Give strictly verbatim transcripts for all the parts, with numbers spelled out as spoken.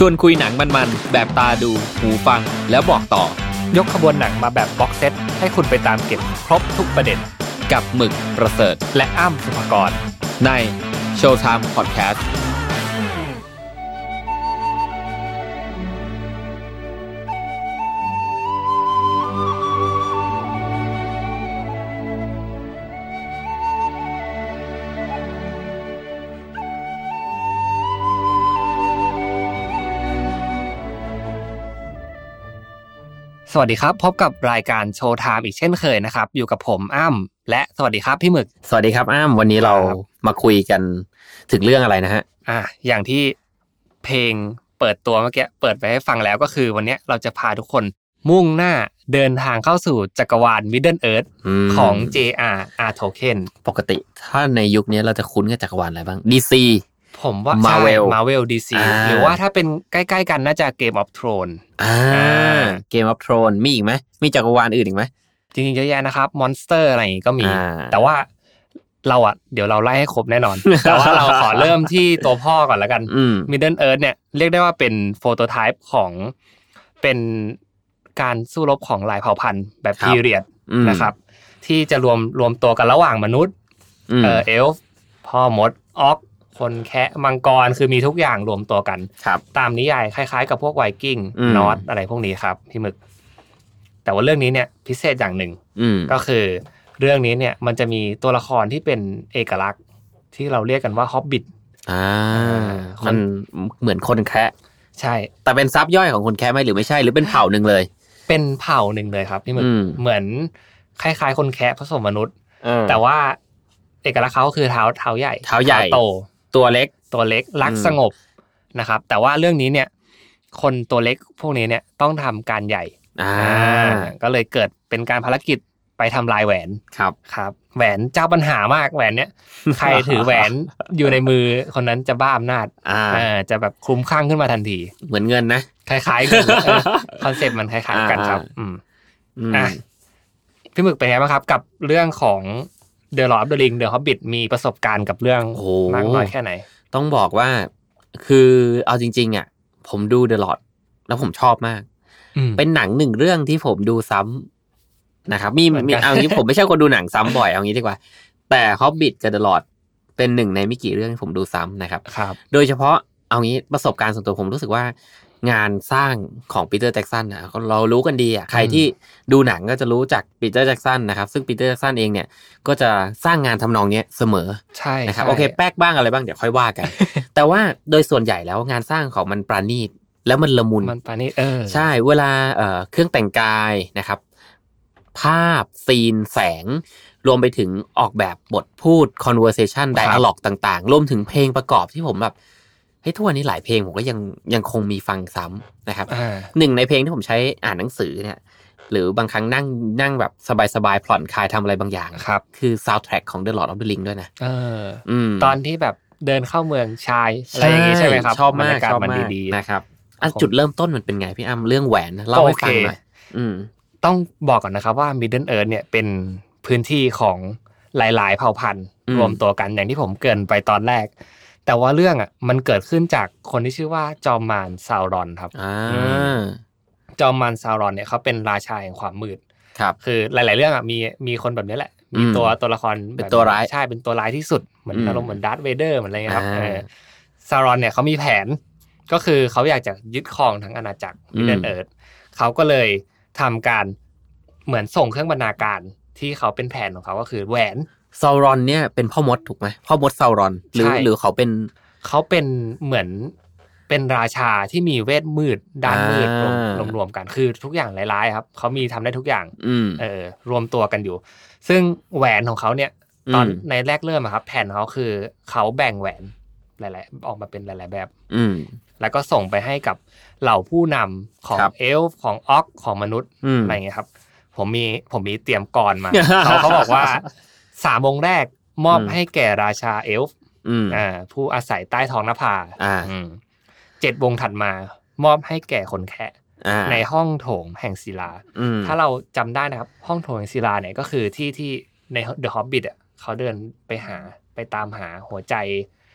วนคุยหนังมันๆแบบตาดูหูฟังแล้วบอกต่อยกขบวนหนังมาแบบบ็อกเซตให้คุณไปตามเก็บครบทุกประเด็นกับหมึกประเสริฐและอ้ำสุภกรใน Showtime Podcastสวัสดีครับพบกับรายการโชว์ไทม์อีกเช่นเคยนะครับอยู่กับผมอ้ำและสวัสดีครับพี่หมึกสวัสดีครับอ้ำวันนี้เรามาคุยกันถึงเรื่องอะไรนะฮะอ่ะอย่างที่เพลงเปิดตัวเมื่อกี้เปิดไปให้ฟังแล้วก็คือวันนี้เราจะพาทุกคนมุ่งหน้าเดินทางเข้าสู่จักรวาล Middle Earth ของ เจ อาร์ อาร์ Tolkien ปกติถ้าในยุคนี้เราจะคุ้นกับจักรวาลอะไรบ้าง ดี ซีผมว่า Marvel Marvel ดี ซี หรือว่าถ้าเป็นใกล้ๆกันน่าจะ Game of Thrones อ่า Game of Thrones มีอีกไหมมีจักรวาลอื่นอีกไหมจริงๆเยอะแยะนะครับ Monster อะไรอย่างงี้ก็มีแต่ว่าเราอ่ะเดี๋ยวเราไล่ให้ครบแน่นอน แต่ว่าเราขอเริ่มที่ตัวพ่อก่อนแล้วกัน Middle Earth เนี่ยเรียกได้ว่าเป็นโฟโตไทป์ของเป็นการสู้รบของหลายเผ่าพันธุ์แบบ period นะครับที่จะรวมรวมตัวกันระหว่างมนุษย์เอ่อเอลฟ์พ่อมดออกคนแคะมังกรคือมีทุกอย่างรวมตัวกันตามนิยายคล้ายๆกับพวกไวกิ้งนอร์ธอะไรพวกนี้ครับพี่หมึกแต่ว่าเรื่องนี้เนี่ยพิเศษอย่างหนึ่งก็คือเรื่องนี้เนี่ยมันจะมีตัวละครที่เป็นเอกลักษณ์ที่เราเรียกกันว่าฮอบบิทอ่ามันเหมือนคนแคะใช่แต่เป็นซับย่อยของคนแคะไหมหรือไม่ใช่หรือเป็นเผ่าหนึ่งเลยเป็นเผ่าหนึ่งเลยครับพี่หมึกเหมือนคล้ายๆคนแคะผสมมนุษย์แต่ว่าเอกลักษณ์เขาคือเท้าเท้าใหญ่เท้าใหญ่โตตัวเล็กตัวเล็กรักสงบนะครับแต่ว่าเรื่องนี้เนี่ยคนตัวเล็กพวกนี้เนี่ยต้องทำการใหญ่อ่าก็เลยเกิดเป็นการภารกิจไปทำลายแหวนครับครับแหวนเจ้าปัญหามากแหวนเนี้ย ใครถือแหวนอยู่ในมือคนนั้นจะบ้าอำนาจอ่าจะแบบคลุ้มคลั่งขึ้นมาทันทีเหมือนเงินนะคล้ายๆกันคอนเซ็ปต์มันคล้ายๆกันครับอืมอ่ะพี่หมึกเป็นไงบ้างครับกับเรื่องของThe Lord of the Ring The Hobbit มีประสบการณ์กับเรื่องมากน้อยแค่ไหนต้องบอกว่าคือเอาจริงๆอ่ะผมดู The Lord แล้วผมชอบมากเป็นหนังหนึ่งเรื่องที่ผมดูซ้ำนะครับมีมีเอางี้ผมไม่ใช่คนดูหนังซ้ำบ่อยเอางี้ดีกว่าแต่ Hobbit กับ The Lord เป็นหนึ่งในไม่กี่เรื่องที่ผมดูซ้ำนะครับโดยเฉพาะเอางี้ประสบการณ์ส่วนตัวผมรู้สึกว่างานสร้างของปีเตอร์แจ็คสันนะเรารู้กันดีอ่ะใครที่ดูหนังก็จะรู้จักปีเตอร์แจ็คสันนะครับซึ่งปีเตอร์แจ็คสันเองเนี่ยก็จะสร้างงานทำนองนี้เสมอใช่นะครับโอเคแป๊กบ้างอะไรบ้างเดี๋ยวค่อยว่ากัน แต่ว่าโดยส่วนใหญ่แล้วงานสร้างของมันปราณีตแล้วมันละมุนมันปราณีตเออใช่เวลาเอ่อเครื่องแต่งกายนะครับภาพซีนแสงรวมไปถึงออกแบบบทพูด conversation dialogue ต่างๆรวมถึงเพลงประกอบที่ผมแบบเฮ้ยทุกวันนี้หลายเพลงผมก็ยังยังคงมีฟังซ้ำนะครับหนึ่งในเพลงที่ผมใช้อ่านหนังสือเนี่ยหรือบางครั้งนั่งนั่งแบบสบายๆผ่อนคลายทำอะไรบางอย่างครับคือซาวด์แทร็กของ The Lord of the Ring ด้วยนะเออตอนที่แบบเดินเข้าเมืองชายอะไรอย่างงี้ใช่ไหมครับชอบมากชอบมากนะครับอันจุดเริ่มต้นมันเป็นไงพี่อ้ำเรื่องแหวนเล่าให้ฟังหน่อยต้องบอกก่อนนะครับว่า Middle Earth เนี่ยเป็นพื้นที่ของหลายๆเผ่าพันธุ์รวมตัวกันอย่างที่ผมเกริ่นไปตอนแรกแต่ว่าเรื่องอ่ะมันเกิดขึ้นจากคนที่ชื่อว่าจอมมารซาวรอนครับจอมมารซาวรอนเนี่ยเขาเป็นราชาแห่งความมืดครับคือหลายๆเรื่องอ่ะมีมีคนแบบนี้แหละมีตัวตัวละครเป็นตัวร้ายใช่เป็นตัวร้ายที่สุดเหมือนอารมณ์เหมือนดาร์ธเวเดอร์เหมือนอะไรเงี้ยครับซาวรอนเนี่ยเขามีแผนก็คือเขาอยากจะยึดครองทั้งอาณาจักร Middle Earth เขาก็เลยทำการเหมือนส่งเครื่องบรรณาการที่เขาเป็นแผนของเขาก็คือแหวนซาวรอนเนี่ยเป็นพ่อมดถูกไหมพ่อมดซาวรอนหรือหรือเขาเป็นเขาเป็นเหมือนเป็นราชาที่มีเวทมืดด้านมืดรวมรวมกันคือทุกอย่างร้ายๆครับเขามีทำได้ทุกอย่างเออรวมตัวกันอยู่ซึ่งแหวนของเขาเนี่ยตอนในแรกเริ่มครับแผนของเขาคือเขาแบ่งแหวนหลายๆออกมาเป็นหลายๆแบบแล้วก็ส่งไปให้กับเหล่าผู้นำของเอลฟ์ของออกของมนุษย์อะไรเงี้ยครับผมมีผมมีเตรียมกรมา เขาเขาบอกว่าสามวงแรกมอบให้แก่ราชาเอลฟ์อ่าผู้อาศัยใต้ท้องนภาเจ็ดวงถัดมามอบให้แก่คนแคะในห้องโถงแห่งศิลาถ้าเราจำได้นะครับห้องโถงแห่งศิลาเนี่ยก็คือที่ที่ใน The Hobbit อ่ะเขาเดินไปหาไปตามหาหัวใจ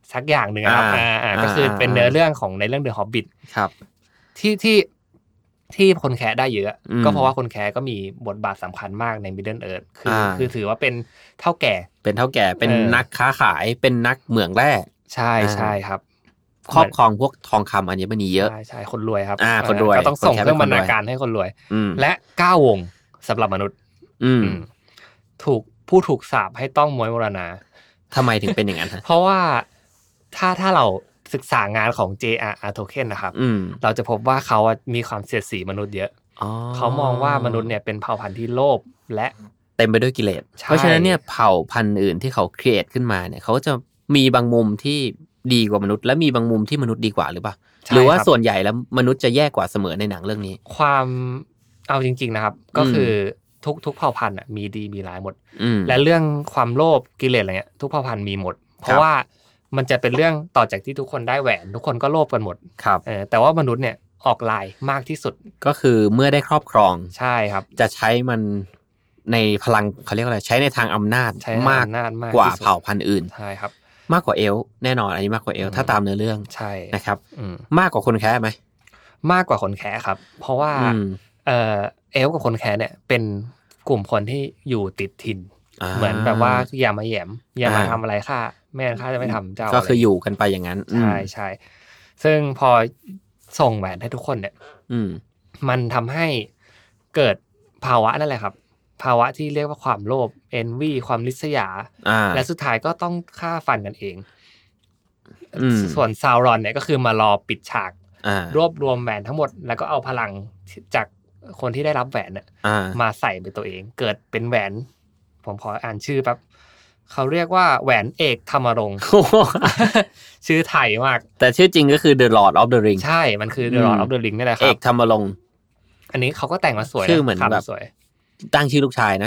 สักอย่างหนึ่งครับอ่าอ่าก็คือเป็นเนื้อเรื่องของในเรื่อง The Hobbit ครับที่ที่ที่คนแคสได้เยอะก็เพราะว่าคนแคสก็มีบทบาทสำคัญมากใน Middle Earth คือคือถือว่าเป็นเฒ่าแก่เป็นเฒ่าแก่เป็นนักค้าขายเป็นนักเหมืองแร่ใช่ใช่ครับครอบครองพวกทองคำอัญมณีเยอะใช่ใช่คนรวยครับอ่าคนรวยก็ต้องส่งเครื่องบรรณาการให้คนรวยและเก้าวงสำหรับมนุษย์ถูกผู้ถูกสาปให้ต้องม้วยมรณาทำไมถึงเป็นอย่างนั้นเพราะว่าถ้าถ้าเราศึกษางานของ เจ อาร์ อาร์ Tolkien นะครับเราจะพบว่าเขามีความเสียดสีมนุษย์เยอะเขามองว่ามนุษย์เนี่ยเป็นเผ่าพันธุ์ที่โลภและเต็มไปด้วยกิเลสเพราะฉะนั้นเนี่ยเผ่าพันธุ์อื่นที่เขาครีเอทขึ้นมาเนี่ยเขาจะมีบางมุมที่ดีกว่ามนุษย์และมีบางมุมที่มนุษย์ดีกว่าหรือเปล่าหรือว่าส่วนใหญ่แล้วมนุษย์จะแย่กว่าเสมอในหนังเรื่องนี้ความเอาจริงๆนะครับก็คือทุกทุกเผ่าพันธุ์อ่ะมีดีมีร้ายหมดและเรื่องความโลภกิเลสอะไรเงี้ยทุกเผ่าพันธุ์มีหมดเพราะว่ามันจะเป็นเรื่องต่อจากที่ทุกคนได้แหวนทุกคนก็โลภกันหมดเออแต่ว่ามนุษย์เนี่ยออกลายมากที่สุดก็คือเมื่อได้ครอบครองใช่ครับจะใช้มันในพลังเขาเรียกว่าอะไรใช้ในทางอำนาจมากกว่าเผ่าพันธุ์อื่นใช่ครับมากกว่าเอลฟ์แน่นอนอันนี้มากกว่าเอลฟ์ถ้าตามเนื้อเรื่องใช่นะครับมากกว่าคนแค้ไหมมากกว่าคนแค้ครับเพราะว่าเออเอลฟ์กับคนแค้เนี่ยเป็นกลุ่มคนที่อยู่ติดถิ่นเหมือนแบบว่าอย่ามาแหยมอย่ามาทำอะไรข้าแม่ข้าจะไม่ทำเจ้าก็คืออยู่กันไปอย่างนั้นใช่ใช่ซึ่งพอส่งแหวนให้ทุกคนเนี่ยมันทำให้เกิดภาวะนั่นแหละครับภาวะที่เรียกว่าความโลภเอนวีความริษยาและสุดท้ายก็ต้องฆ่าฟันกันเองส่วนซาวรอนเนี่ยก็คือมารอปิดฉากรวบรวมแหวนทั้งหมดแล้วก็เอาพลังจากคนที่ได้รับแหวนเนี่ยมาใส่เป็นตัวเองเกิดเป็นแหวนผมขออ่านชื่อแป๊บเขาเรียกว่าแหวนเอกธรรมรงค์ชื่อไทยมากแต่ชื่อจริงก็คือ The Lord of the Ring ใช่มันคือ The Lord of the Ring นี่แหละครับเอกธรรมรงค์อันนี้เขาก็แต่งมาสวยชื่อเหมือนแบบสวยตั้งชื่อลูกชายนะ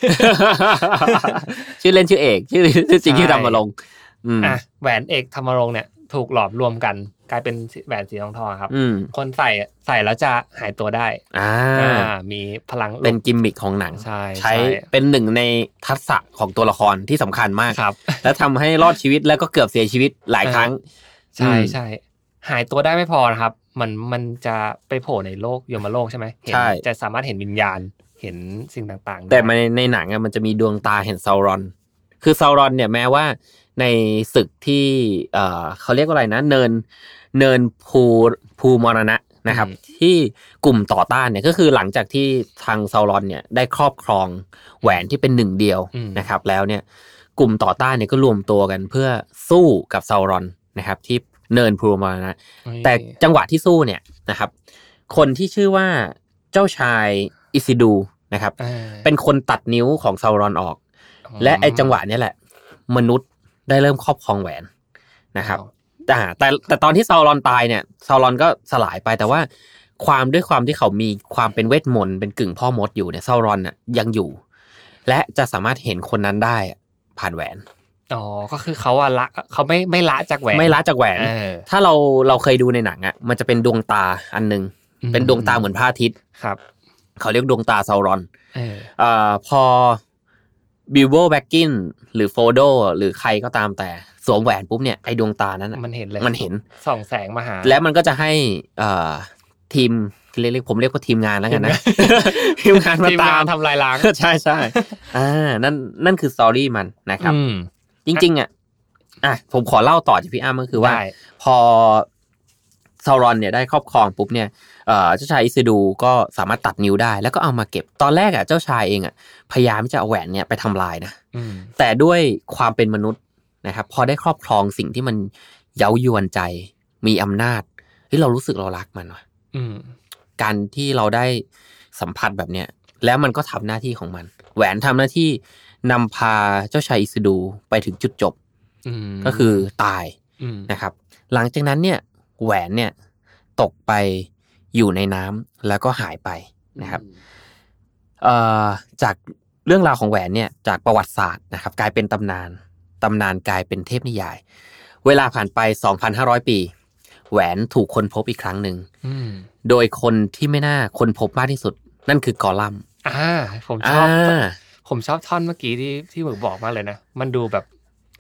ชื่อเล่นชื่อเอกชื่อชื่อจริงชื่อธรรมรงค์อ่ะแหวนเอกธรรมรงค์เนี่ยถูกหลอมรวมกันกลายเป็นแหวนสีทองทองครับคนใส่ใส่แล้วจะหายตัวได้อ่ามีพลังเป็นกิมมิคของหนังใช่ใช้เป็นหนึ่งในทักษะของตัวละครที่สำคัญมากครับแล้วทำให้รอดชีวิตแล้วก็เกือบเสียชีวิตหลายครั้งใช่ใช่หายตัวได้ไม่พอนะครับมันมันจะไปโผล่ในโลกยมโลกใช่ไหมเห็นจะสามารถเห็นวิญญาณเห็นสิ่งต่างๆแต่ในในหนังมันจะมีดวงตาเห็นซาวรอนคือซาวรอนเนี่ยแม้ว่าในศึกที่เอ่อเขาเรียกว่าอะไรนะเนินเนินภูภูมรณะนะครับที่กลุ่มต่อต้านเนี่ยก็คือหลังจากที่ทางซาวรอนเนี่ยได้ครอบครองแหวนที่เป็นหนึ่งเดียวนะครับแล้วเนี่ยกลุ่มต่อต้านเนี่ยก็รวมตัวกันเพื่อสู้กับซาวรอนนะครับที่เนินภูมรณะแต่จังหวะที่สู้เนี่ยนะครับคนที่ชื่อว่าเจ้าชายอิซิดูนะครับเป็นคนตัดนิ้วของซาวรอนออกและไอ้จังหวะนี้แหละมนุษย์ได้เริ่มครอบครองแหวนนะครับแต่แต่แต่ตอนที่ซาวรอนตายเนี่ยซาวรอนก็สลายไปแต่ว่าความด้วยความที่เขามีความเป็นเวทมนต์เป็นกึ่งพ่อมดอยู่เนี่ยซาวรอนน่ะยังอยู่และจะสามารถเห็นคนนั้นได้ผ่านแหวนอ๋อก็คือเขาอะละเขาไม่ไม่ละจากแหวนไม่ละจากแหวนถ้าเราเราเคยดูในหนังอ่ะมันจะเป็นดวงตาอันนึงเป็นดวงตาเหมือนพระอาทิตย์ครับเขาเรียกดวงตาซาวรอนเอ่อพอบิลโบแบ็กกินหรือโฟโดหรือใครก็ตามแต่สวมแหวนปุ๊บเนี่ยไอ้ดวงตานั้นมันเห็นเลยมันเห็นส่องแสงมาหาแล้วมันก็จะให้เอ่อทีมเรียกผมเรียกว่าทีมงานแล้วกันนะทีมงานมาตามทำลายล้างใช่ใช่อ่านั่นนั่นคือสตอรี่มันนะครับจริงๆอ่ะอ่ะผมขอเล่าต่อจากพี่อ้ำก็คือว่าพอซาวรอนเนี่ยได้ครอบครองปุ๊บเนี่ยเอ่อเจ้าชายอิซิดูก็สามารถตัดนิ้วได้แล้วก็เอามาเก็บตอนแรกอ่ะเจ้าชายเองอ่ะพยายามที่จะเอาแหวนเนี่ยไปทำลายนะแต่ด้วยความเป็นมนุษย์นะครับพอได้ครอบครองสิ่งที่มันเย้ายวนใจมีอำนาจที่เรารู้สึกเรารักมันว่ะการที่เราได้สัมผัสแบบเนี้ยแล้วมันก็ทำหน้าที่ของมันแหวนทำหน้าที่นำพาเจ้าชายอิซิดูไปถึงจุดจบก็คือตายนะครับหลังจากนั้นเนี่ยแหวนเนี่ยตกไปอยู่ในน้ำแล้วก็หายไปนะครับเอ่อจากเรื่องราวของแหวนเนี่ยจากประวัติศาสตร์นะครับกลายเป็นตำนานตำนานกลายเป็นเทพนิยายเวลาผ่านไป สองพันห้าร้อย ปีแหวนถูกค้นพบอีกครั้งหนึ่งโดยคนที่ไม่น่าค้นพบมากที่สุดนั่นคือกอลัมอ่าผมชอบผมชอบท่อนเมื่อกี้ที่ที่หมึกบอกมากเลยนะมันดูแบบ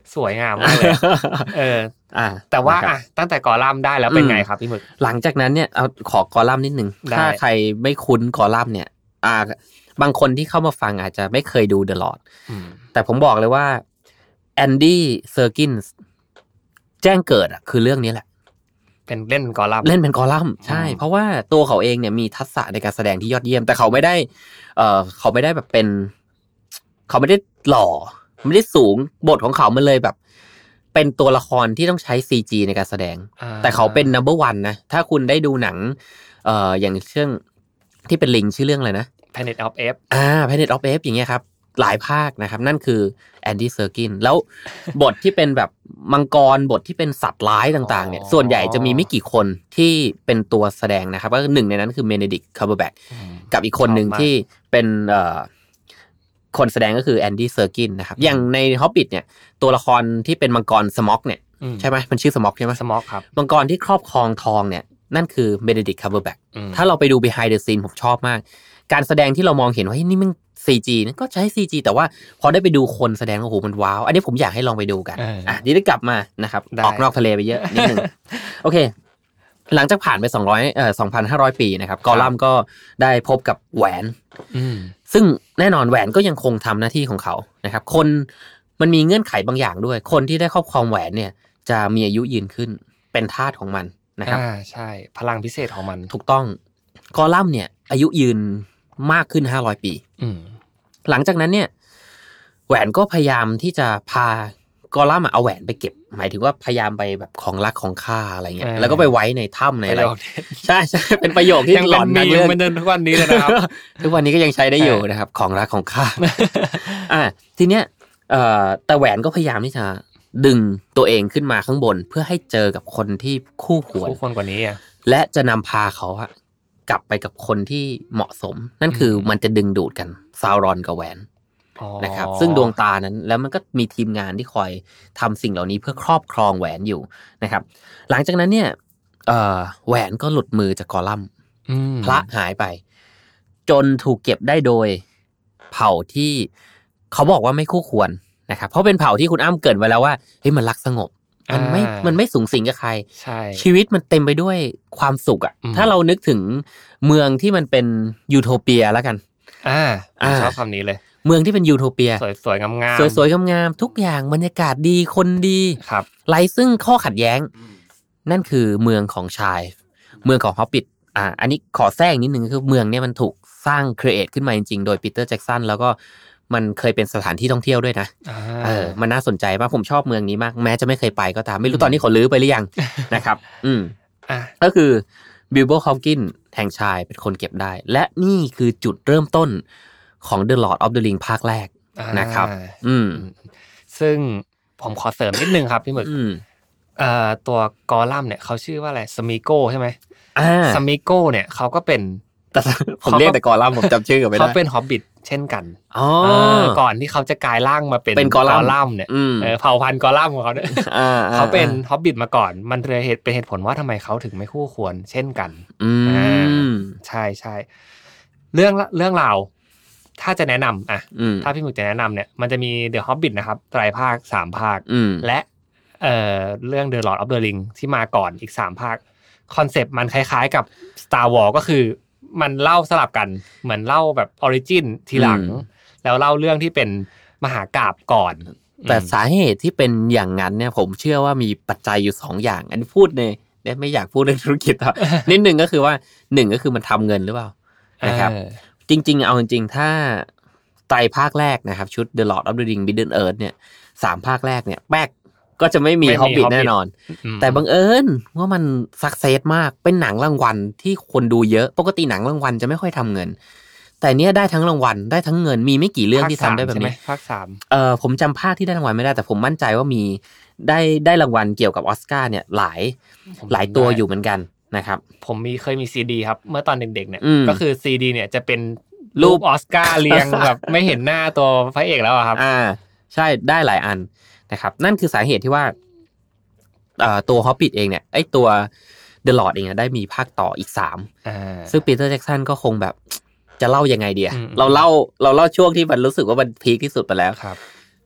สวยงามมากเลยเอออ่าแต่ว่าอ่ะตั้งแต่กอลัมน์ได้แล้วเป็นไงครับพี่หมึกหลังจากนั้นเนี่ยเอาขอกอลัมน์นิดนึงถ้าใครไม่คุ้นกอลัมน์เนี่ยอ่าบางคนที่เข้ามาฟังอาจจะไม่เคยดู The Lord แต่ผมบอกเลยว่าแอนดี้เซอร์กินส์แจ้งเกิดอ่ะคือเรื่องนี้แหละเป็นเล่นเป็นกอลัมน์เล่นเป็นกอลัมน์ใช่เพราะว่าตัวเขาเองเนี่ยมีทักษะในการแสดงที่ยอดเยี่ยมแต่เขาไม่ได้เอ่อเขาไม่ได้แบบเป็นเขาไม่ได้หล่อไม่ได้สูงบทของเขามันเลยแบบเป็นตัวละครที่ต้องใช้ ซี จี ในการแสดงแต่เขาเป็น number one นะถ้าคุณได้ดูหนังเอ่ออย่างเช่นที่เป็นลิงชื่อเรื่องอะไรนะ Planet of Apes อ่า Planet of Apes อย่างเงี้ยครับหลายภาคนะครับนั่นคือแอนดี้เซอร์กินแล้วบทที่เป็นแบบมังกรบทที่เป็นสัตว์ร้ายต่างๆเนี่ยส่วนใหญ่จะมีไม่กี่คนที่เป็นตัวแสดงนะครับก็หนึ่งในนั้นคือเมเนดิกคัมเบอร์แบ็กกับอีกคนหนึ่งที่เป็นเอ่อคนแสดงก็คือแอนดี้เซอร์กินนะครับอย่างใน Hobbit เนี่ยตัวละครที่เป็นมังกรสม็อกเนี่ยใช่ไหมมันชื่อสม็อกใช่ไหมสม็อกครับมังกรที่ครอบครองทองเนี่ยนั่นคือเมเนดิกคัมเบอร์แบ็กถ้าเราไปดู behind the scene ผมชอบมากการแสดงที่เรามองเห็นว่าเฮ้ยนี่มัน ซี จี นะก็ใช้ ซี จี แต่ว่าพอได้ไปดูคนแสดงโอ้โหมันว้าวอันนี้ผมอยากให้ลองไปดูกันอ่ะนี่ได้กลับมานะครับออกนอกทะเลไปเยอะนิดนึงโอเคหลังจากผ่านไปสองร้อยเอ่อ สองพันห้าร้อย ปีนะครับกอลัมน์ก็ได้พบกับแหวนซึ่งแน่นอนแหวนก็ยังคงทำหน้าที่ของเขานะครับคนมันมีเงื่อนไขบางอย่างด้วยคนที่ได้ครอบครองแหวนเนี่ยจะมีอายุยืนขึ้นเป็นทาสของมันนะครับอ่าใช่พลังพิเศษของมันถูกต้องกอลัมน์เนี่ยอายุยืนมากขึ้นห้าร้อยปีหลังจากนั้นเนี่ยแหวนก็พยายามที่จะพากอลัมน์เอาแหวนไปเก็บหมายถึงว่าพยายามไปแบบของรักของข้าอะไรเงี้ยแล้วก็ไปไว้ในถ้ำในอะไรใช่ใช่เป็นประโยคที่หลอนนักเรื่องมันเดินทุกวันนี้เลยนะครับทุกวันนี้ก็ยังใช้ได้อยู่นะครับของรักของข้าอ่าทีเนี้ยเอ่อแต่แหวนก็พยายามที่จะดึงตัวเองขึ้นมาข้างบนเพื่อให้เจอกับคนที่คู่ควรคู่ควรกว่านี้และจะนำพาเขาอะกลับไปกับคนที่เหมาะสมนั่นคือมันจะดึงดูดกันซาวรอนกับแหวนนะครับซึ่งดวงตานั้นแล้วมันก็มีทีมงานที่คอยทำสิ่งเหล่านี้เพื่อครอบครองแหวนอยู่นะครับหลังจากนั้นเนี่ยเอ่อแหวนก็หลุดมือจากกอลัมน์พระหายไปจนถูกเก็บได้โดยเผ่าที่เขาบอกว่าไม่คู่ควรนะครับเพราะเป็นเผ่าที่คุณอ้ำเกริ่นไว้แล้วว่าเฮ้ยมันรักสงบมันไม่มันไม่สูงสิงกับใครใช่ชีวิตมันเต็มไปด้วยความสุขอ่ะถ้าเรานึกถึงเมืองที่มันเป็นยูโทเปียแล้วกันอ่าชอบคำนี้เลยเมืองที่เป็นยูโทเปียสวยๆงามๆสวยๆงามๆทุกอย่างบรรยากาศดีคนดีครับไร้ซึ่งข้อขัดแย้งนั่นคือเมืองของชายเมืองของฮอบบิทอ่าอันนี้ขอแทรกนิดนึงคือเมืองเนี้ยมันถูกสร้างครีเอทขึ้นมาจริงๆโดยปีเตอร์แจ็กสันแล้วก็มันเคยเป็นสถานที่ท่องเที่ยวด้วยนะเออมันน่าสนใจมากผมชอบเมืองนี้มากแม้จะไม่เคยไปก็ตามไม่รู้ตอนนี้เขาลื้อไปหรือยังนะครับอืมก็คือบิลโบ ฮอปกินส์แห่งชายเป็นคนเก็บได้และนี่คือจุดเริ่มต้นของ The Lord of the Ring ภาคแรกนะครับอืมซึ่งผมขอเสริมนิดนึงครับพี่หมึกเอ่อตัวกอลัมน์เนี่ยเขาชื่อว่าอะไรสมิโก้ใช่ไหมอ่าสมิโก้เนี่ยเขาก็เป็นผมเรียกแต่กอลัมน์ผมจำชื่อกันไม่ได้เขาเป็นฮอบบิทเช่นกันอ๋อก่อนที่เขาจะกลายร่างมาเป็นกอลัมน์เนี่ยเผ่าพันธุ์กอลัมน์ของเขาเนี่ยเขาเป็นฮอบบิทมาก่อนมันเลยเหตุเป็นเหตุผลว่าทำไมเขาถึงไม่คู่ควรเช่นกันอืมใช่ใช่เรื่องเรื่องราวถ้าจะแนะนำอ่ะถ้าพี่หมึกจะแนะนำเนี่ยมันจะมี The Hobbit นะครับไตรภาคสามภาคและเอ่อเรื่อง The Lord of the Ring ที่มาก่อนอีกสามภาคคอนเซปต์มันคล้ายๆกับ Star Wars ก็คือมันเล่าสลับกันเหมือนเล่าแบบออริจินทีหลังแล้วเล่าเรื่องที่เป็นมหากาพย์ก่อนแต่สาเหตุที่เป็นอย่างนั้นเนี่ยผมเชื่อว่ามีปัจจัยอยู่สองอย่างอันนี้พูดเนี่ยไม่อยากพูดเรื่องธุรกิจอ่ะนิดนึงก็คือว่าหนึ่งก็คือมันทำเงินหรือเปล่านะครับจริงๆเอาจริงๆถ้าไตรภาคแรกนะครับชุด The Lord of the Ring Middle Earth เนี่ยสามภาคแรกเนี่ยแป๊กก็จะไม่มี Hobbit แน่นอนแต่บังเอิญว่ามันซักเซสมากเป็นหนังรางวัลที่คนดูเยอะปกติหนังรางวัลจะไม่ค่อยทำเงินแต่เนี้ยได้ทั้งรางวัลได้ทั้งเงินมีไม่กี่เรื่องที่ทำได้แบบนี้ภาคสามเออผมจำภาคที่ได้รางวัลไม่ได้แต่ผมมั่นใจว่ามีได้ได้รางวัลเกี่ยวกับออสการ์เนี่ยหลายหลายตัวอยู่เหมือนกันนะครับผมมีเคยมีซีดีครับเมื่อตอนเด็กๆเนี่ยก็คือซีดีเนี่ยจะเป็นรูปออสการ์เรียงแบบไม่เห็นหน้าตัวพระเอกแล้วครับอ่าใช่ได้หลายอันนะครับนั่นคือสาเหตุที่ว่าเอ่อตัว Hobbit เองเนี่ยไอ้ตัว The Lord เองได้มีภาคต่ออีกสามอ่าซึ่งปีเตอร์แจ็กสันก็คงแบบจะเล่ายังไงดีเราเล่าเราเล่าช่วงที่มันรู้สึกว่ามันพีคที่สุดไปแล้วครับปี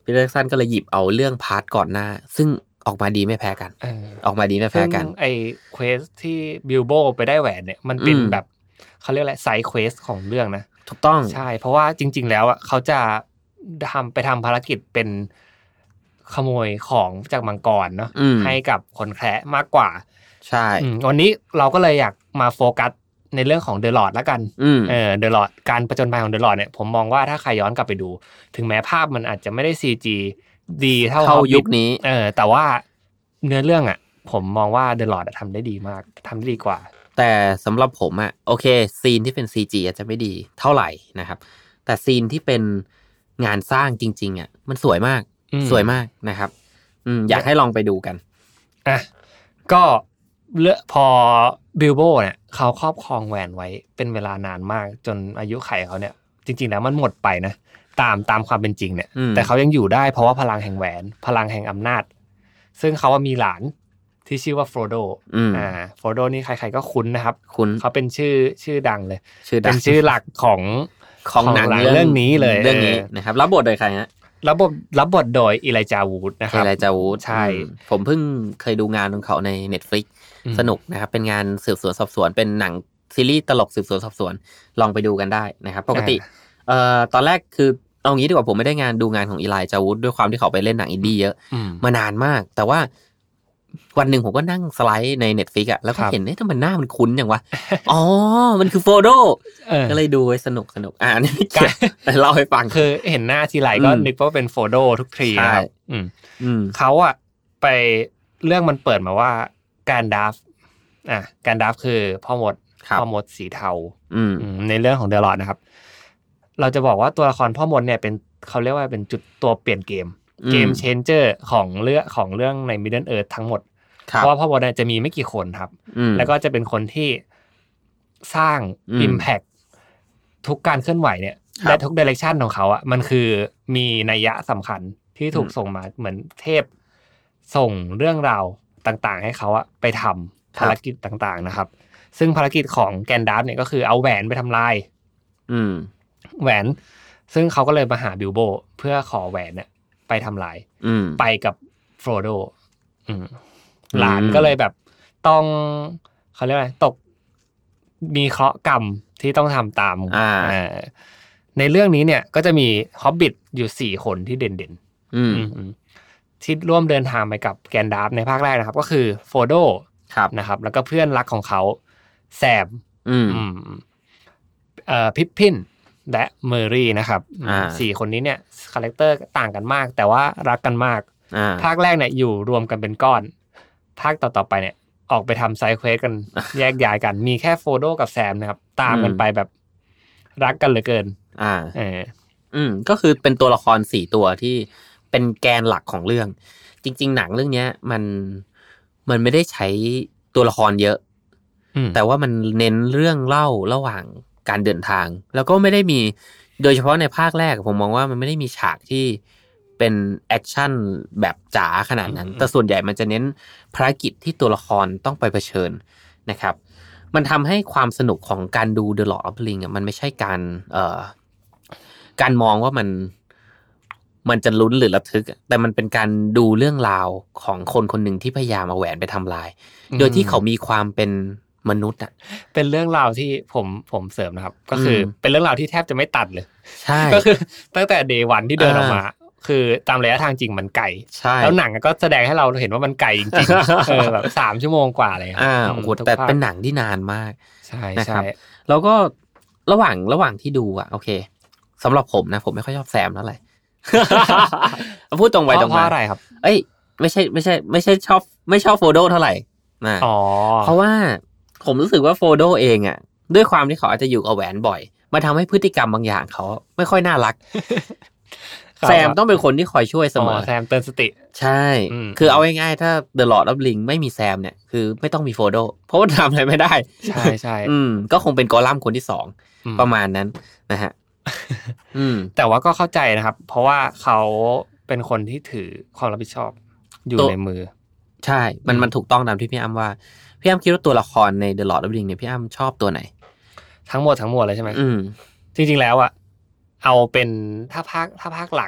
ปีเตอร์แจ็คสันก็เลยหยิบเอาเรื่องพาร์ทก่อนหน้าซึ่งออกมาดีไม่แพ้กันออกมาดีไม่แพ้กันไอ้เควสที่บิลโบไปได้แหวนเนี่ยมันเป็นแบบเขาเรียกอะไรไซด์เควสของเรื่องนะถูกต้องใช่เพราะว่าจริงๆแล้วอ่ะเขาจะทำไปทำภารกิจเป็นขโมยของจากมังกรเนาะให้กับคนแคระมากกว่าใช่วันนี้เราก็เลยอยากมาโฟกัสในเรื่องของเดอะลอร์ดแล้วกันเออเดอะลอร์ดการประจนภัยของเดอะลอร์ดเนี่ยผมมองว่าถ้าใครย้อนกลับไปดูถึงแม้ภาพมันอาจจะไม่ได้ ซี จี ดีเท่ายุคนี้เออแต่ว่าเนื้อเรื่องอ่ะผมมองว่าเดอะลอร์ดทำได้ดีมากทำได้ดีกว่าแต่สำหรับผมอ่ะโอเคซีนที่เป็น ซี จี อาจจะไม่ดีเท่าไหร่นะครับแต่ซีนที่เป็นงานสร้างจริงๆอ่ะมันสวยมากสวยมากนะครับอืมอยากให้ลองไปดูกันอ่ะก็เลือกพอบิลโบเนี่ยเขาครอบครองแหวนไว้เป็นเวลานานมากจนอายุไขเขาเนี่ยจริงๆแล้วมันหมดไปนะตามตามความเป็นจริงเนี่ยแต่เขายังอยู่ได้เพราะว่าพลังแห่งแหวนพลังแห่งอำนาจซึ่งเขาว่ามีหลานที่ชื่อว่าโฟโดอ่าโฟโดนี่ใครๆก็คุ้นนะครับคุ้นเขาเป็นชื่อชื่อดังเลยเป็นชื่อหลักของของหนังเรื่องนี้เลยเรื่องนี้นะครับรับบทโดยใครฮะรับบทรับบทโดยอีไลจาวูดนะครับอีไลจาวูดใช่ผมเพิ่งเคยดูงานของเขาใน Netflix สนุกนะครับเป็นงานสืบสวนสอบสวนเป็นหนังซีรีส์ตลกสืบสวนสอบสวนลองไปดูกันได้นะครับปกติเอ่อตอนแรกคือเอางี้ดีกว่าผมไม่ได้งานดูงานของอีไลจาวูดด้วยความที่เขาไปเล่นหนังอินดี้เยอะมานานมากแต่ว่าวันหนึ่งผมก็นั่งสไลด์ใน Netflix อ่ะแล้วก็เห็นเอ๊ะทำไมหน้ามันคุ้นจังวะอ๋อมันคือโฟโดก็เลยดูไว้สนุกสนุกอ่ะอันนี้เล่าให้ฟังคือเห็นหน้าทีไรก็นึกว่าเป็นโฟโดทุกทีนะครับอืมอืมเขาอ่ะไปเรื่องมันเปิดมาว่าการดัฟอ่ะการดัฟคือพ่อมดพ่อมดสีเทาอืมในเรื่องของเดอะลอร์ดนะครับเราจะบอกว่าตัวละครพ่อมดเนี่ยเป็นเขาเรียกว่าเป็นจุดตัวเปลี่ยนเกมเกมเชนเจอร์ของเรื่องของเรื่องใน Middle Earth ทั้งหมดเพราะว่าพ่อมดเนี่ยจะมีไม่กี่คนครับแล้วก็จะเป็นคนที่สร้าง impact ทุกการเคลื่อนไหวเนี่ยและทุก direction ของเขาอ่ะมันคือมีนัยยะสำคัญที่ถูกส่งมาเหมือนเทพส่งเรื่องราวต่างๆให้เขาอ่ะไปทำภารกิจต่างๆนะครับซึ่งภารกิจของแกนดาร์ฟเนี่ยก็คือเอาแหวนไปทำลายแหวนซึ่งเขาก็เลยมาหาบิลโบเพื่อขอแหวนเนี่ยไปทำลายไปกับโฟโดหลานก็เลยแบบต้องเขาเรียกอะไรตกมีเคราะห์กรรมที่ต้องทำตามในเรื่องนี้เนี่ยก็จะมีฮอบบิทอยู่สี่คนที่เด่นๆที่ร่วมเดินทางไปกับแกนดาร์ฟในภาคแรกนะครับก็คือโฟโดนะครับแล้วก็เพื่อนรักของเขาแซมพิปพินและเมอรี่นะครับสี่คนนี้เนี่ยคาแรคเตอร์ต่างกันมากแต่ว่ารักกันมากภาคแรกเนี่ยอยู่รวมกันเป็นก้อนภาคต่อๆไปเนี่ยออกไปทำไซด์เควสกันแยกย้ายกันมีแค่โฟโดกับแซมนะครับตามกันไปแบบรักกันเหลือเกินอ่าเอออืมก็คือเป็นตัวละครสี่ตัวที่เป็นแกนหลักของเรื่องจริงๆหนังเรื่องนี้มันมันไม่ได้ใช้ตัวละครเยอะแต่ว่ามันเน้นเรื่องเล่าระหว่างการเดินทางแล้วก็ไม่ได้มีโดยเฉพาะในภาคแรกผมมองว่ามันไม่ได้มีฉากที่เป็นแอคชั่นแบบจ๋าขนาดนั้นแต่ส่วนใหญ่มันจะเน้นภารกิจที่ตัวละครต้องไปเผชิญนะครับมันทำให้ความสนุกของการดู The Lord of the Ring อ่ะมันไม่ใช่การเอ่อการมองว่ามันมันจะลุ้นหรือระทึกแต่มันเป็นการดูเรื่องราวของคนคนหนึ่งที่พยายามเอาแหวนไปทำลายโดยที่เขามีความเป็นมนุษย์อ่ะเป็นเรื่องราวที่ผมผมเสริมนะครับก็คือเป็นเรื่องราวที่แทบจะไม่ตัดเลยใช่ก็คือตั้งแต่เดย์วันที่เดินออกมาคือตามระยะทางจริงมันไกลแล้วหนังก็แสดงให้เราเห็นว่ามันไกลจริงๆเออแบบสามชั่วโมงกว่าเลยอ่าโอ้โหแต่เป็นหนังที่นานมากใช่นะครับแล้วก็ระหว่างระหว่างที่ดูอ่ะโอเคสำหรับผมนะผมไม่ค่อยชอบแซมเท่าไหร่พูดตรงไปตรงมาเพราะอะไรครับเอ้ยไม่ใช่ไม่ใช่ไม่ใช่ชอบไม่ชอบโฟโดเท่าไหร่นะเพราะว่าผมรู้สึกว่าโฟโดเองอ่ะด้วยความที่เขาอาจจะอยู่กับแหวนบ่อยมาทำให้พฤติกรรมบางอย่างเขาไม่ค่อยน่ารักแซมต้องเป็นคนที่คอยช่วยเสมอแซมเตือนสติใช่คือเอาง่ายๆถ้า The Lord of the Ring ไม่มีแซมเนี่ยคือไม่ต้องมีโฟโดเพราะว่าทำอะไรไม่ได้ใช่ใช่อืมก็คงเป็นกอลัมน์คนที่สองประมาณนั้นนะฮะอืมแต่ว่าก็เข้าใจนะครับเพราะว่าเขาเป็นคนที่ถือความรับผิดชอบอยู่ในมือใช่มันมันถูกต้องตามที่พี่อ้ำว่าพี่อ้ำคิดว่าตัวละครใน The Lord of the Ring เนี่ยพี่อ้ำชอบตัวไหนทั้งหมดทั้งมวลเลยใช่ไหมอืมจริงๆแล้วอ่ะเอาเป็นถ้าภาคถ้าภาคหลัก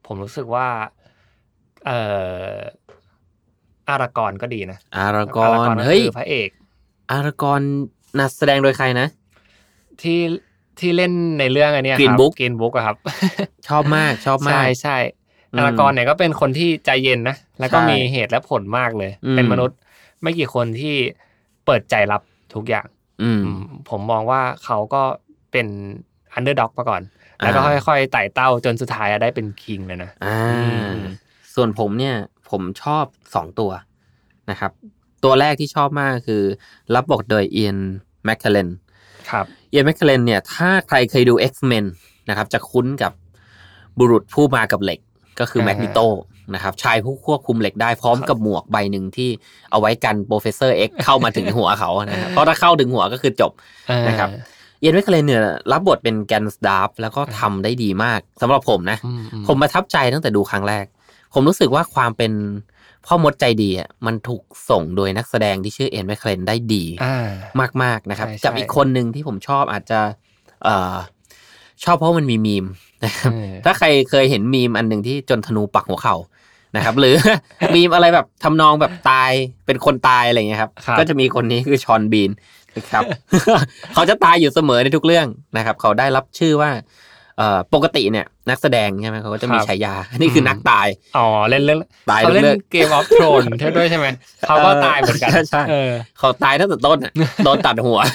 ผมรู้สึกว่าเอ่ออารากอนก็ดีนะอารากอนเฮ้ยพระเอกอารากอนนักแสดงโดยใครนะที่ที่เล่นในเรื่องอันนี้ครับ Green Book Green Book อะครับชอบมากชอบมากใช่ใช่อารากอนเนี่ยก็เป็นคนที่ใจเย็นนะแล้วก็มีเหตุและผลมากเลยเป็นมนุษย์ไม่กี่คนที่เปิดใจรับทุกอย่างผมมองว่าเขาก็เป็นอันเดอร์ด็อกมาก่อนแล้วก็ค่อยๆไต่เต้าจนสุดท้ายได้เป็นคิงเลยนะส่วนผมเนี่ยผมชอบสองตัวนะครับตัวแรกที่ชอบมากคือรับบทโดยเอียนแมคเคลเลนครับเอียนแมคเคลเลนเนี่ยถ้าใครเคยดู X-Men นะครับจะคุ้นกับบุรุษผู้มากับเหล็กก็คือแมกนิโตนะครับชายผู้ควบคุมเหล็กได้พร้อมกับหมวกใบหนึ่งที่เอาไว้กันโปรเฟสเซอร์ X เข้ามาถึงหัวเขานะครับเพราะถ้าเข้าถึงหัวก็คือจบนะครับเอียนแมคเคลเลนเนี่ยรับบทเป็นแกนสดาฟแล้วก็ทำได้ดีมากสำหรับผมนะผมประทับใจตั้งแต่ดูครั้งแรกผมรู้สึกว่าความเป็นพ่อมดใจดีอ่ะมันถูกส่งโดยนักแสดงที่ชื่อเอียนแมคเคลเลนได้ดีมากๆนะครับกับอีกคนนึงที่ผมชอบอาจจะเอ่อชอบเพราะมันมีมีมนะครับถ้าใครเคยเห็นมีมอันหนึ่งที่จนธนูปักหัวเข่านะครับหรือ มีมอะไรแบบทำนองแบบตายเป็นคนตายอะไรเงี้ยครับก็จะมีคนนี้คือชอนบีนนะครับ เขาจะตายอยู่เสมอในทุกเรื่องนะครับเขาได้รับชื่อว่าเอ่อปกติเนี่ยนักแสดงใช่ไหมเขาก็จะมีฉายานี่คือนักตายอ๋อเล่นเรื่องเขาเล่นเกมออฟโทรนด้วยใช่ไหมเขาก็ตายเหมือนกันใช่เขาตายตั้งแต่ต้นโดนตัดหัว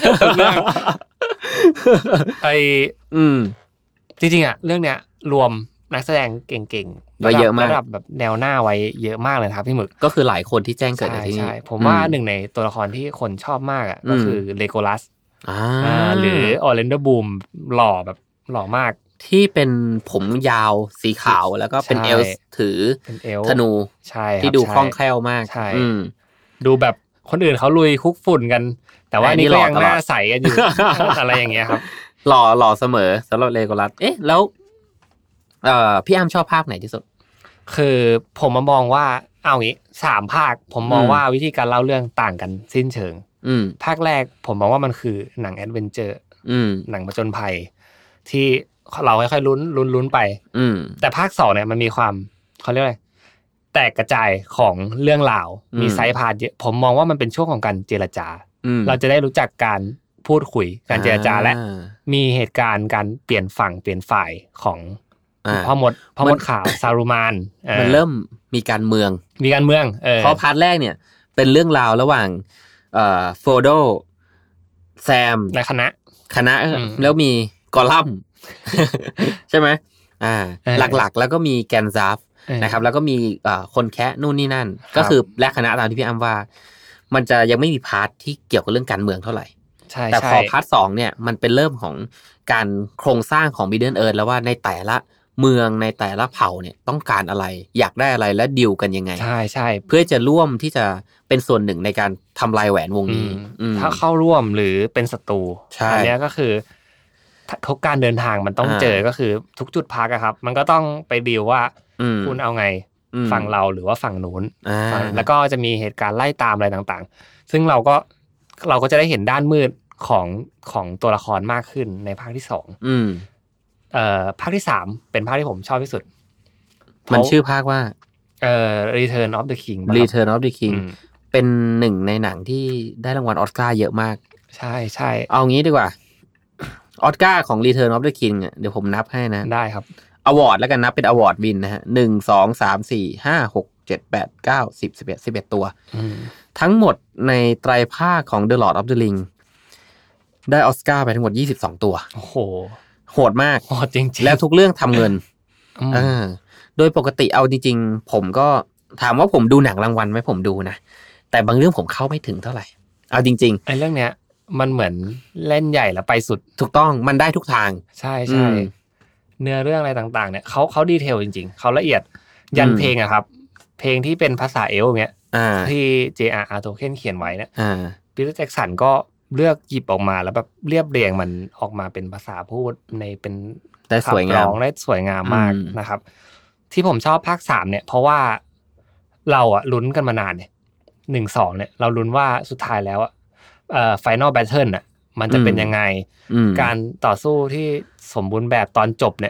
ไออืมจริงๆอ่ะเรื่องเนี้ยรวมนักแสดงเก่งๆไว้เยอะมากระดับแบบแนวหน้าไว้เยอะมากเลยครับพี่หมึกก็คือหลายคนที่แจ้งเกิดในที่นี่ผมว่าหนึ่งในตัวละครที่คนชอบมากอ่ะก็คือเลโกลัสอ่าหรือออร์แลนโดบลูมหล่อแบบหล่อมากที่เป็นผมยาวสีขาวแล้วก็เป็นเอลส์ถือธนูใช่ที่ดูคล่องแคล่วมากใช่ดูแบบคนอื่นเขาลุยคุกฝุ่นกันแต่ว่านี่ก็ยังหน้าใสกันอยู่อะไรอย่างเงี้ยครับหล่อหล่อเสมอสำหรับเลโกลัสเอ๊ะแล้วเอ่อพี่อ้ำชอบภาคไหนที่สุดคือผมมามองว่าเอางี้สามภาคผมมองว่าวิธีการเล่าเรื่องต่างกันสิ้นเชิงภาคแรกผมมองว่ามันคือหนังแอดเวนเจอร์หนังผจญภัยที่เราค่อยๆลุ้นลุ้นลุ้นไปแต่ภาคสองเนี่ยมันมีความเขาเรียกอะไรแตกกระจายของเรื่องราวมีไซด์พาร์ทเยอะผมมองว่ามันเป็นช่วงของการเจรจาเราจะได้รู้จักการพูดคุยการเจรจาและมีเหตุการณ์การเปลี่ยนฝั่งเปลี่ยนฝ่ายของพ่อมดพ่อมดขาวซารูมานมันเริ่มมีการเมืองมีการเมืองเพราะพาร์ทแรกเนี่ยเป็นเรื่องราวระหว่างเอ่อโฟโดแซมและคณะคณะแล้วมีกอลัมใช่ไหมอ่าหลักๆแล้วก็มีแกนซาฟนะครับแล้วก็มีคนแคะนู่นนี่นั่นก็คือและคณะตามที่พี่อ้ำว่ามันจะยังไม่มีพาร์ทที่เกี่ยวกับเรื่องการเมืองเท่าไหร่แต่พอพาร์ทสองเนี่ยมันเป็นเริ่มของการโครงสร้างของ Middle Earth แล้วว่าในแต่ละเมืองในแต่ละเผ่าเนี่ยต้องการอะไรอยากได้อะไรและดีลกันยังไงใช่ใช่เพื่อจะร่วมที่จะเป็นส่วนหนึ่งในการทำลายแหวนวงนี้ถ้าเข้าร่วมหรือเป็นศัตรูอันนี้ก็คือทุกการเดินทางมันต้องเจอก็คือทุกจุดพักอะครับมันก็ต้องไปดีลว่าคุณเอาไงฝั่งเราหรือว่าฝั่งนู้นแล้วก็จะมีเหตุการณ์ไล่ตามอะไรต่างๆซึ่งเราก็เราก็จะได้เห็นด้านมืดของของตัวละครมากขึ้นในภาคที่สองเอ่อภาคที่สามเป็นภาคที่ผมชอบที่สุดมันชื่อภาคว่าเอ่อ Return of the King Return of the King เป็นหนึ่งในหนังที่ได้รางวัลออสการ์เยอะมากใช่ๆเอางี้ดีกว่าออสการ์ของ Return of the King เดี๋ยวผมนับให้นะได้ครับอวอร์ดแล้วกันนับเป็นอวอร์ดวินนะฮะหนึ่ง สอง สาม สี่ ห้า หก เจ็ด แปด เก้า สิบ สิบเอ็ด สิบเอ็ดตัวทั้งหมดในไตรภาคของ The Lord of the Ring ได้ออสการ์ไปทั้งหมดยี่สิบสองตัวโอ้โหโหดมากโหดจริงๆแล้วทุกเรื่องทำเงินอ่าโดยปกติเอาจริงๆผมก็ถามว่าผมดูหนังรางวัลไหมผมดูนะแต่บางเรื่องผมเข้าไม่ถึงเท่าไหร่เอาจริงๆไอ้เรื่องเนี้ยมันเหมือนเล่นใหญ่แล้วไปสุดถูกต้องมันได้ทุกทางใช่ใช่เนื้อเรื่องอะไรต่างๆเนี่ยเขาเขาดีเทลจริงๆเขาละเอียดยันเพลงอะครับเพลงที่เป็นภาษาเอลฟ์เงี้ยที่ เจ อาร์ อาร์ Tolkien เขียนไว้เนี่ยปีเตอร์แจ็คสันก็เลือกหยิบออกมาแล้วแบบเรียบเรียงมันออกมาเป็นภาษาพูดในเป็นได้สวยงามได้สวยงามมากนะครับที่ผมชอบภาคสามเนี่ยเพราะว่าเราอะลุ้นกันมานานเนี่ยหนึ่ง สองเนี่ยเราลุ้นว่าสุดท้ายแล้วอะเอ่อ Final Battle น่ะมันจะเป็นยังไงการต่อสู้ที่สมบูรณ์แบบตอนจบเนี่ย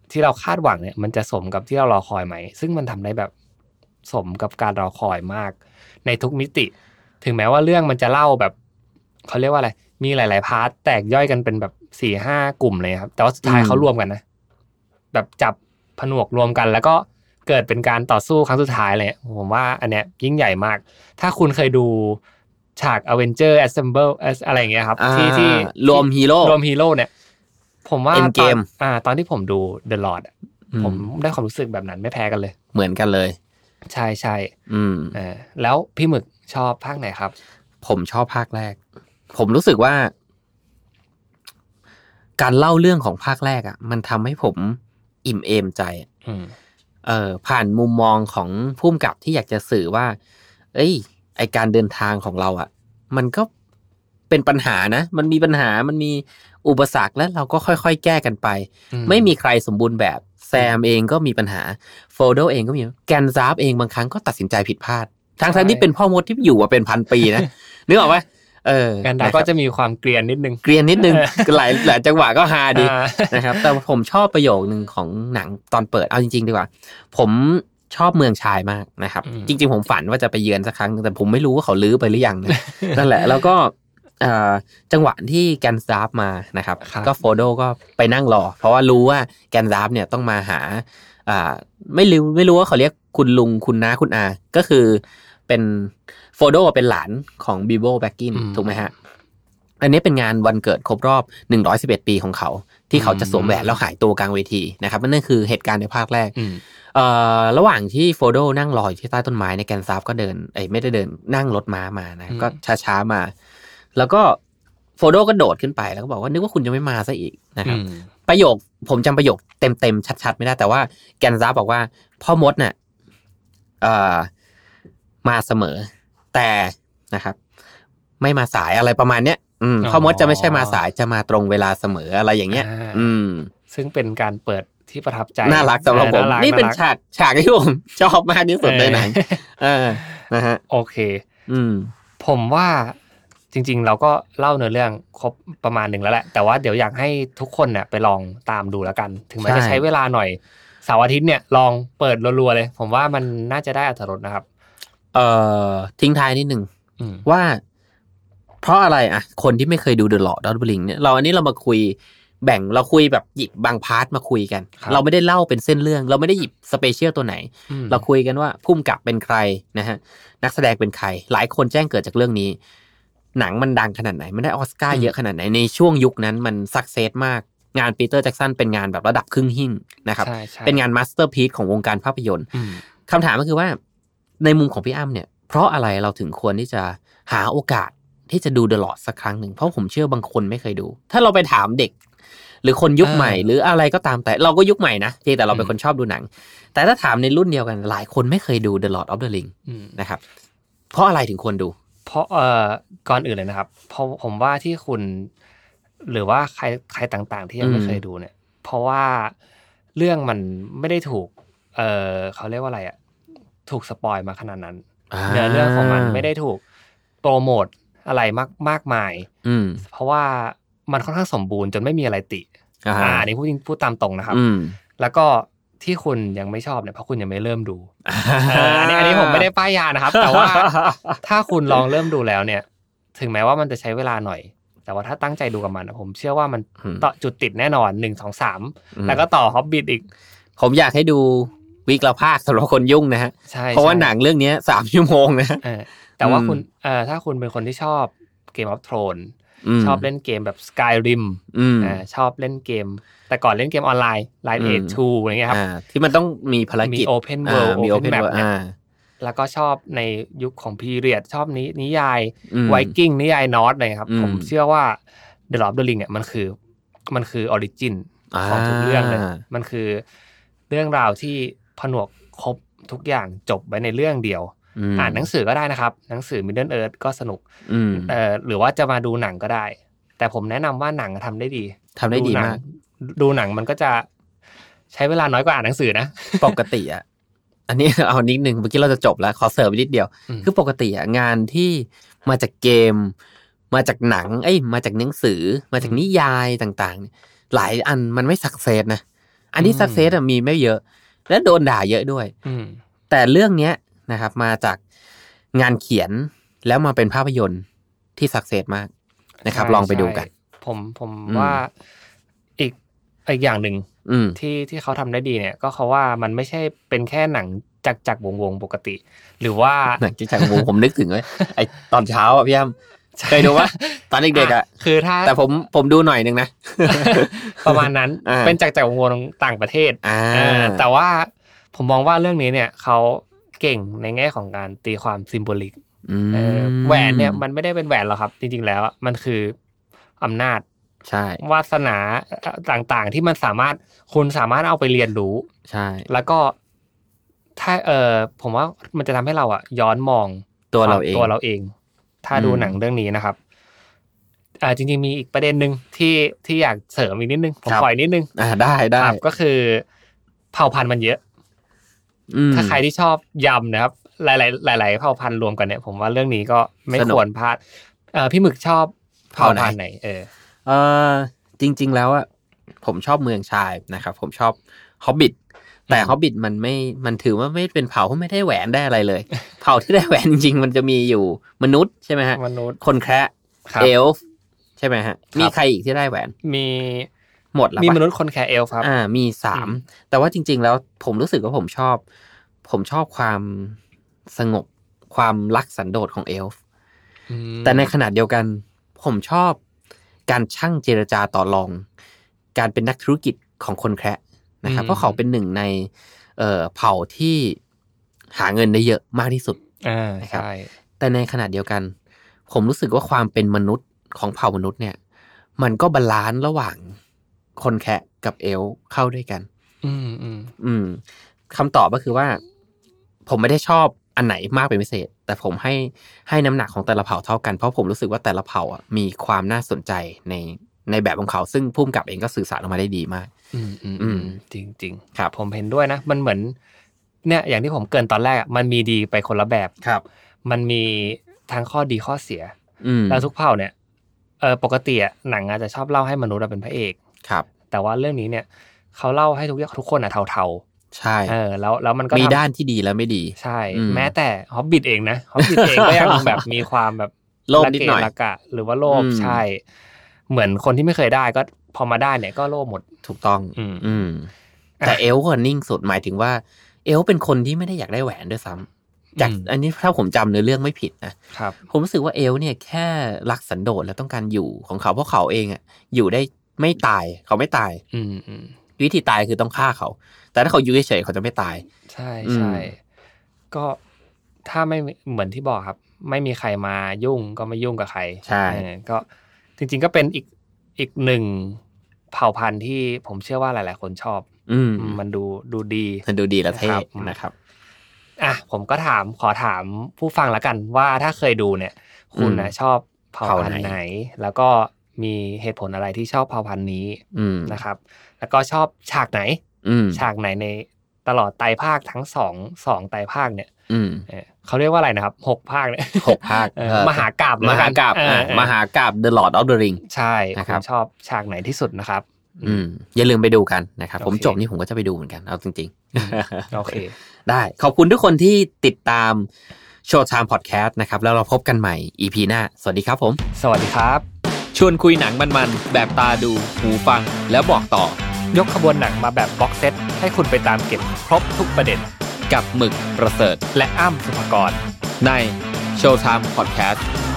ที่เราคาดหวังเนี่ยมันจะสมกับที่เรารอคอยไหมซึ่งมันทำได้แบบสมกับการรอคอยมากในทุกมิติถึงแม้ว่าเรื่องมันจะเล่าแบบเขาเรียกว่าอะไรมีหลายๆพาร์ทแตกย่อยกันเป็นแบบ สี่ห้า กลุ่มเลยครับแต่ว่าสุดท้ายเขารวมกันนะแบบจับผนวกรวมกันแล้วก็เกิดเป็นการต่อสู้ครั้งสุดท้ายเลยผมว่าอันเนี้ยยิ่งใหญ่มากถ้าคุณเคยดูฉาก Avenger Assemble อะไรอย่างเงี้ยครับที่ที่รวมฮีโร่รวมฮีโร่เนี่ยผมว่าตอนอ่าตอนที่ผมดู The Lord ผมได้ความรู้สึกแบบนั้นไม่แพ้กันเลยเหมือนกันเลยใช่ๆอืมเออแล้วพี่หมึกชอบภาคไหนครับผมชอบภาคแรกผมรู้สึกว่าการเล่าเรื่องของภาคแรกอ่ะมันทำให้ผมอิ่มเอมใจเออผ่านมุมมองของผู้กำกับที่อยากจะสื่อว่าเอ้ยไอการเดินทางของเราอ่ะมันก็เป็นปัญหานะมันมีปัญหามันมีอุปสรรคและเราก็ค่อยๆแก้กันไปไม่มีใครสมบูรณ์แบบแซมเองก็มีปัญหาโฟโดเองก็มีแกนซาร์ฟเองบางครั้งก็ตัดสินใจผิดพลาดทั้งๆที่เป็นพ่อมดที่อยู่มาเป็นพันปีนะนึกออกไหมเออกันดาก็จะมีความเกรียนนิดนึงเกรียนนิดนึงหลายหลายจังหวะก็ฮาดีนะครับแต่ผมชอบประโยคนึงของหนังตอนเปิดเอาจริงๆดีกว่าผมชอบเมืองชายมากนะครับจริงๆผมฝันว่าจะไปเยือนสักครั้งแต่ผมไม่รู้ว่าเขาลื้อไปหรือยังนั่นแหละแล้วก็จังหวะที่แกนซาร์ฟมานะครับก็โฟโดก็ไปนั่งรอเพราะว่ารู้ว่าแกนซาร์ฟเนี่ยต้องมาหาไม่รู้ไม่รู้ว่าเขาเรียกคุณลุงคุณน้าคุณอาก็คือเป็นโฟโดเป็นหลานของบิโบแบ็กกินถูกไหมฮะอันนี้เป็นงานวันเกิดครบรอบหนึ่งร้อยสิบเอ็ดปีของเขาที่เขาจะสวมแหวนแล้วหายตัวกลางเวทีนะครับนั่นคือเหตุการณ์ในภาคแรกเอ่อระหว่างที่โฟโดนั่งรออยู่ที่ใต้ต้นไม้ในแกนซาร์ฟก็เดินไอ้ไม่ได้เดินนั่งรถม้ามานะก็ช้าๆมาแล้วก็โฟโดก็โดดขึ้นไปแล้วก็บอกว่านึกว่าคุณจะไม่มาซะอีกนะครับประโยคผมจำประโยคเต็มๆชัดๆไม่ได้แต่ว่าแกนซาร์ฟบอกว่าพ่อมดเนี่ยเอ่อมาเสมอแต่นะครับไม่มาสายอะไรประมาณเนี้ยอืมพ่อมดจะไม่ใช่มาสายจะมาตรงเวลาเสมออะไรอย่างเงี้ยอืมซึ่งเป็นการเปิดที่ประทับใจน่ารักสำหรับผมนี่เป็นฉากฉากที่ผมชอบมากที่สุดในหนังเออนะฮะโอเคอืมผมว่าจริงๆเราก็เล่าเนื้อเรื่องครบประมาณหนึ่งแล้วแหละแต่ว่าเดี๋ยวอยากให้ทุกคนเนี่ยไปลองตามดูแล้วกันถึงแม้จะใช้เวลาหน่อยเสาร์อาทิตย์เนี่ยลองเปิดรัวๆเลยผมว่ามันน่าจะได้อรรถรสนะครับเอ่อทิ้งท้ายนิดนึงว่าเพราะอะไรอ่ะคนที่ไม่เคยดู The Lord of the Rings เนี่ยเราอันนี้เรามาคุยแบ่งเราคุยแบบหยิบบางพาร์ทมาคุยกันเราไม่ได้เล่าเป็นเส้นเรื่องเราไม่ได้หยิบสเปเชียลตัวไหนเราคุยกันว่าผู้กำกับเป็นใครนะฮะนักแสดงเป็นใครหลายคนแจ้งเกิดจากเรื่องนี้หนังมันดังขนาดไหนมันได้ออสการ์เยอะขนาดไหนในช่วงยุคนั้นมันซักเซสมากงานปีเตอร์แจ็กสันเป็นงานแบบระดับครึ่งหิ่งนะครับเป็นงานมาสเตอร์พีซของวงการภาพยนตร์คำถามก็คือว่าในมุมของพี่อ้ำเนี่ยเพราะอะไรเราถึงควรที่จะหาโอกาสที่จะดู The Lord สักครั้งหนึ่งเพราะผมเชื่อบางคนไม่เคยดูถ้าเราไปถามเด็กหรือคนยุคใหม่หรืออะไรก็ตามแต่เราก็ยุคใหม่นะที่แต่เราเป็นคนชอบดูหนังแต่ถ้าถามในรุ่นเดียวกันหลายคนไม่เคยดู The Lord of the Ring นะครับเพราะอะไรถึงควรดูเพราะเอ่อก่อนอื่นเลยนะครับเพราะผมว่าที่คุณหรือว่าใครใครต่างๆที่ยังไม่เคยดูเนี่ยเพราะว่าเรื่องมันไม่ได้ถูกเอ่อเขาเรียกว่าอะไรอ่ะถูกสปอยมาขนาดนั้นเนื้อเรื่องของมันไม่ได้ถูกโปรโมทอะไรมากมากมายเพราะว่ามันค่อนข้างสมบูรณ์จนไม่มีอะไรติอ่าอันนี้พูดพูดตามตรงนะครับแล้วก็ที่คุณยังไม่ชอบเนี่ยเพราะคุณยังไม่เริ่มดูอันนี้อันนี้ผมไม่ได้ป้ายยานะครับแต่ว่าถ้าคุณลองเริ่มดูแล้วเนี่ยถึงแม้ว่ามันจะใช้เวลาหน่อยแต่ว่าถ้าตั้งใจดูกับมันผมเชื่อว่ามันต่อจุดติดแน่นอนหนึ่ง สอง สามแล้วก็ต่อ Hobbit อีกผมอยากให้ดูวีคละภาคสำหรับคนยุ่งนะฮะเพราะว่าหนังเรื่องนี้สามชั่วโมงนะแต่ว่าคุณเอ่อถ้าคุณเป็นคนที่ชอบ Game of Thrones ชอบเล่นเกมแบบ Skyrim อ่าชอบเล่นเกมแต่ก่อนเล่นเกมออนไลน์ Live เอท ทูอะไรเงี้ยครับที่มันต้องมีภารกิจมี Open World Open Map เนี่ยแล้วก็ชอบในยุคของ Period ชอบนี้นิยาย Viking นิยายนอร์สอะไรครับผมเชื่อว่า The Lord of the Ring เนี่ยมันคือมันคือ Origin ของทุกเรื่องเลยมันคือเรื่องราวที่ผนวกครบทุกอย่างจบไว้ในเรื่องเดียวอ่านหนังสือก็ได้นะครับหนังสือ Middle Earth ก็สนุกเอ่อหรือว่าจะมาดูหนังก็ได้แต่ผมแนะนำว่าหนังทำได้ดีทำได้ดีมากดูหนังมันก็จะใช้เวลาน้อยกว่าอ่านหนังสือนะปกติอ่ะอันนี้เอานิดนึงเมื่อกี้เราจะจบแล้วขอเสริมนิดเดียวคือปกติอ่ะงานที่มาจากเกมมาจากหนังเอ้ยมาจากหนังสือมาจากนิยายต่างๆหลายอันมันไม่สักเซสนะอันที่สักเซสมีไม่เยอะและโดนด่าเยอะด้วยแต่เรื่องเนี้ยนะครับมาจากงานเขียนแล้วมาเป็นภาพยนตร์ที่สักเซสมากนะครับลองไปดูกันผมผมว่าอีกอีกอย่างหนึ่งที่ที่เขาทำได้ดีเนี่ยก็เขาว่ามันไม่ใช่เป็นแค่หนังจักจักวงวงปกติหรือว่าหนังจักจักวงผมนึกถึงเลยไอตอนเช้าอ่ะพี่อ้ำเคยดูปะตอนเด็กๆอ่ะคือถ้าแต่ผมผมดูหน่อยนึงนะประมาณนั้นเป็นจักจักวงวงต่างประเทศแต่ว่าผมมองว่าเรื่องนี้เนี่ยเขาเก่งในแง่ของการตีความซิมโบลิกแหวนเนี่ยมันไม่ได้เป็นแหวนหรอกครับจริงๆแล้วมันคืออำนาจใช่วาสนาต่างๆที่มันสามารถคุณสามารถเอาไปเรียนรู้ใช่แล้วก็ถ้าเออผมว่ามันจะทำให้เราอ่ะย้อนมองตัวเราเองตัวเราเองถ้าดูหนังเรื่องนี้นะครับอ่าจริงๆมีอีกประเด็นนึงที่ที่อยากเสริมอีกนิดนึงผมขออีกนิดนึงอ่าได้ได้ก็คือเผ่าพันธุ์มันเยอะถ้าใครที่ชอบยำนะครับหลายๆหลายๆเผ่าพันธุ์รวมกันเนี่ยผมว่าเรื่องนี้ก็ไม่ควรพลาดเอ่อพี่หมึกชอบเผ่าพันธุ์ไหนเออเออจริงๆแล้วอ่ะผมชอบเมืองชายนะครับผมชอบฮอบบิทแต่ฮอบบิทมันไม่มันถือว่าไม่เป็นเผ่าที่ไม่ได้แหวนได้อะไรเลยเผ่าที่ได้แหวนจริงๆมันจะมีอยู่มนุษย์ใช่ไหมฮะมนุษย์คนแคระเอลฟ์ใช่ไหมฮะมีใครอีกที่ได้แหวนมีหมดแล้วมีมนุษย์คนแคระเอลฟ์ครับอ่ามีสามแต่ว่าจริงๆแล้วผมรู้สึกว่าผมชอบผมชอบความสงบความรักสันโดษของเอลฟ์แต่ในขณะเดียวกันผมชอบการชั่งเจรจาต่อรองการเป็นนักธุรกิจของคนแคระนะครับเพราะเขาเป็นหนึ่งในเอ่อเผ่าที่หาเงินได้เยอะมากที่สุดนะครับแต่ในขณะเดียวกันผมรู้สึกว่าความเป็นมนุษย์ของเผ่ามนุษย์เนี่ยมันก็บาลานซ์ระหว่างคนแคระกับเอลฟ์เข้าด้วยกันอืมอืมอืมคำตอบก็คือว่าผมไม่ได้ชอบอันไหนมากเป็นพิเศษแต่ผมให้ให้น้ำหนักของแต่ละเผ่าเท่ากันเพราะผมรู้สึกว่าแต่ละเผ่าอ่ะมีความน่าสนใจในในแบบของเขาซึ่งผู้กำกับเองก็สื่อสารออกมาได้ดีมากอืมอืมอืมจริงจริงครับผมเห็นด้วยนะมันเหมือนเนี่ยอย่างที่ผมเกริ่นตอนแรกมันมีดีไปคนละแบบครับมันมีทั้งข้อดีข้อเสียอืแล้วทุกเผ่าเนี่ยเออปกติอ่ะหนังอาจจะชอบเล่าให้มนุษย์เป็นพระเอกครับแต่ว่าเรื่องนี้เนี่ยเขาเล่าให้ทุกทุกคนอ่ะเทาๆใช่เออแล้วแล้วมันก็มีด้านที่ดีและไม่ดีใช่แม้แต่ฮอบบิทเองนะฮอบบิทเองก็ยังแบบมีความแบบโลภนิดหน่อยละกะหรือว่าโลภใช่เหมือนคนที่ไม่เคยได้ก็พอมาได้เนี่ยก็โลภหมดถูกต้องอืมแต่เอลก็นิ่งสุดหมายถึงว่าเอลเป็นคนที่ไม่ได้อยากได้แหวนด้วยซ้ำจากอันนี้ถ้าผมจำเนื้อเรื่องไม่ผิดนะครับผมรู้สึกว่าเอลเนี่ยแค่รักสันโดษแล้วต้องการอยู่ของเขาเพราะเขาเองอ่ะอยู่ได้ไม่ตายเขาไม่ตายอืมอืมวิธีตายคือต้องฆ่าเขาแต่ถ้าเขาอยู่เฉยๆเขาจะไม่ตายใช่ใช่ก็ถ้าไม่เหมือนที่บอกครับไม่มีใครมายุ่งก็ไม่ยุ่งกับใครใช่ก็จริงๆก็เป็นอีกอีกหนึ่งเผ่าพันธุ์ที่ผมเชื่อว่าหลายๆคนชอบอืมมันดูดูดีมันดูดีและเท่นะครับอ่ะผมก็ถามขอถามผู้ฟังแล้วกันว่าถ้าเคยดูเนี่ยคุณนะชอบเผ่าพันธุ์ไหนแล้วก็มีเหตุผลอะไรที่ชอบเผ่าพันธุ์นี้นะครับแล้วก็ชอบฉากไหนฉากไหนในตลอดไตรภาคทั้งสองสองไตรภาคเนี่ยเขาเรียกว่าอะไรนะครับหกภาคเนี่ยหกภาคมหากาพย์มหากาพย์มหากาพย์ The Lord of the Ring ใช่ผมชอบฉากไหนที่สุดนะครับอืมอย่าลืมไปดูกันนะครับผมจบนี่ผมก็จะไปดูเหมือนกันเอาจริงๆโอเคได้ขอบคุณทุกคนที่ติดตาม Showtime Podcast นะครับแล้วเราพบกันใหม่ อี พี หน้าสวัสดีครับผมสวัสดีครับชวนคุยหนังมันๆแบบตาดูหูฟังแล้วบอกต่อยกขบวนหนังมาแบบบ็อกเซตให้คุณไปตามเก็บครบทุกประเด็นกับหมึกประเสริฐและอ้ำสุภกรใน Showtime Podcast